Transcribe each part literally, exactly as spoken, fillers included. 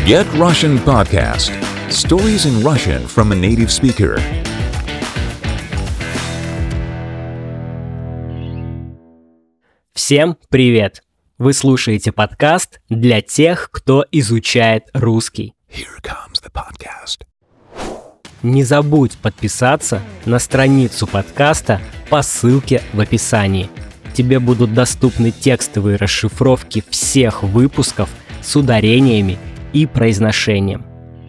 Get Russian Podcast. Stories in Russian from a native speaker. Всем привет! Вы слушаете подкаст для тех, кто изучает русский. Here comes the podcast. Не забудь подписаться на страницу подкаста по ссылке в описании. Тебе будут доступны текстовые расшифровки всех выпусков с ударениями и произношением.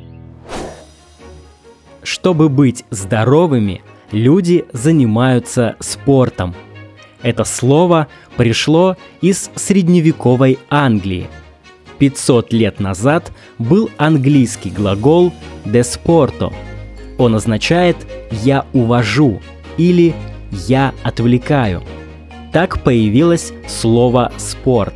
Чтобы быть здоровыми, люди занимаются спортом. Это слово пришло из средневековой Англии. пятьсот лет назад был английский глагол «desporto». Он означает «я увожу» или «я отвлекаю». Так появилось слово «спорт».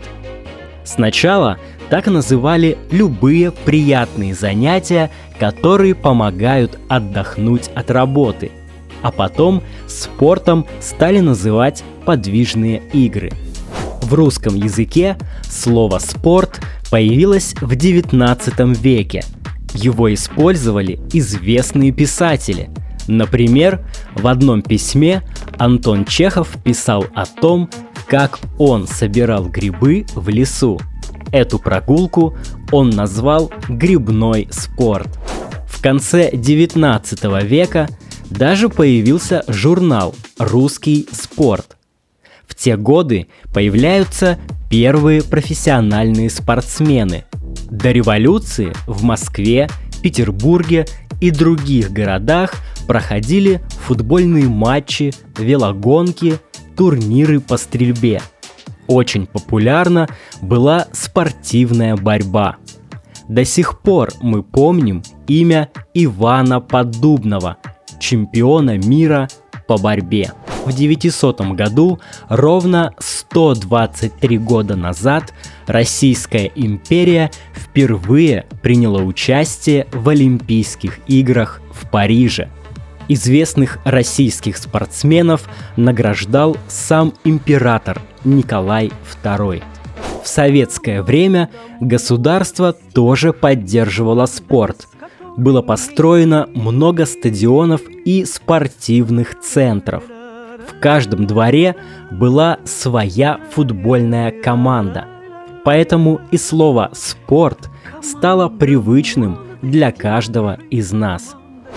Сначала так называли любые приятные занятия, которые помогают отдохнуть от работы. А потом спортом стали называть подвижные игры. В русском языке слово «спорт» появилось в девятнадцатом веке. Его использовали известные писатели. Например, в одном письме Антон Чехов писал о том, как он собирал грибы в лесу. Эту прогулку он назвал «грибной спорт». В конце девятнадцатого века даже появился журнал «Русский спорт». В те годы появляются первые профессиональные спортсмены. До революции в Москве, Петербурге и других городах проходили футбольные матчи, велогонки, турниры по стрельбе. Очень популярна была спортивная борьба. До сих пор мы помним имя Ивана Поддубного, чемпиона мира по борьбе. В девятисотом году, ровно сто двадцать три года назад, Российская империя впервые приняла участие в Олимпийских играх в Париже. Известных российских спортсменов награждал сам император Николай второй. В советское время государство тоже поддерживало спорт. Было построено много стадионов и спортивных центров. В каждом дворе была своя футбольная команда. Поэтому и слово «спорт» стало привычным для каждого из нас.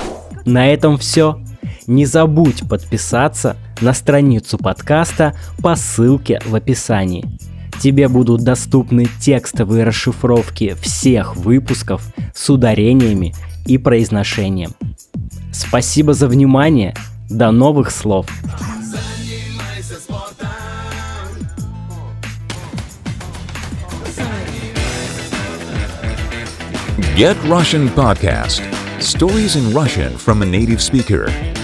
На этом все. Не забудь подписаться на страницу подкаста по ссылке в описании. Тебе будут доступны текстовые расшифровки всех выпусков с ударениями и произношением. Спасибо за внимание. До новых слов. Get Russian Podcast. Stories in Russian from a native speaker.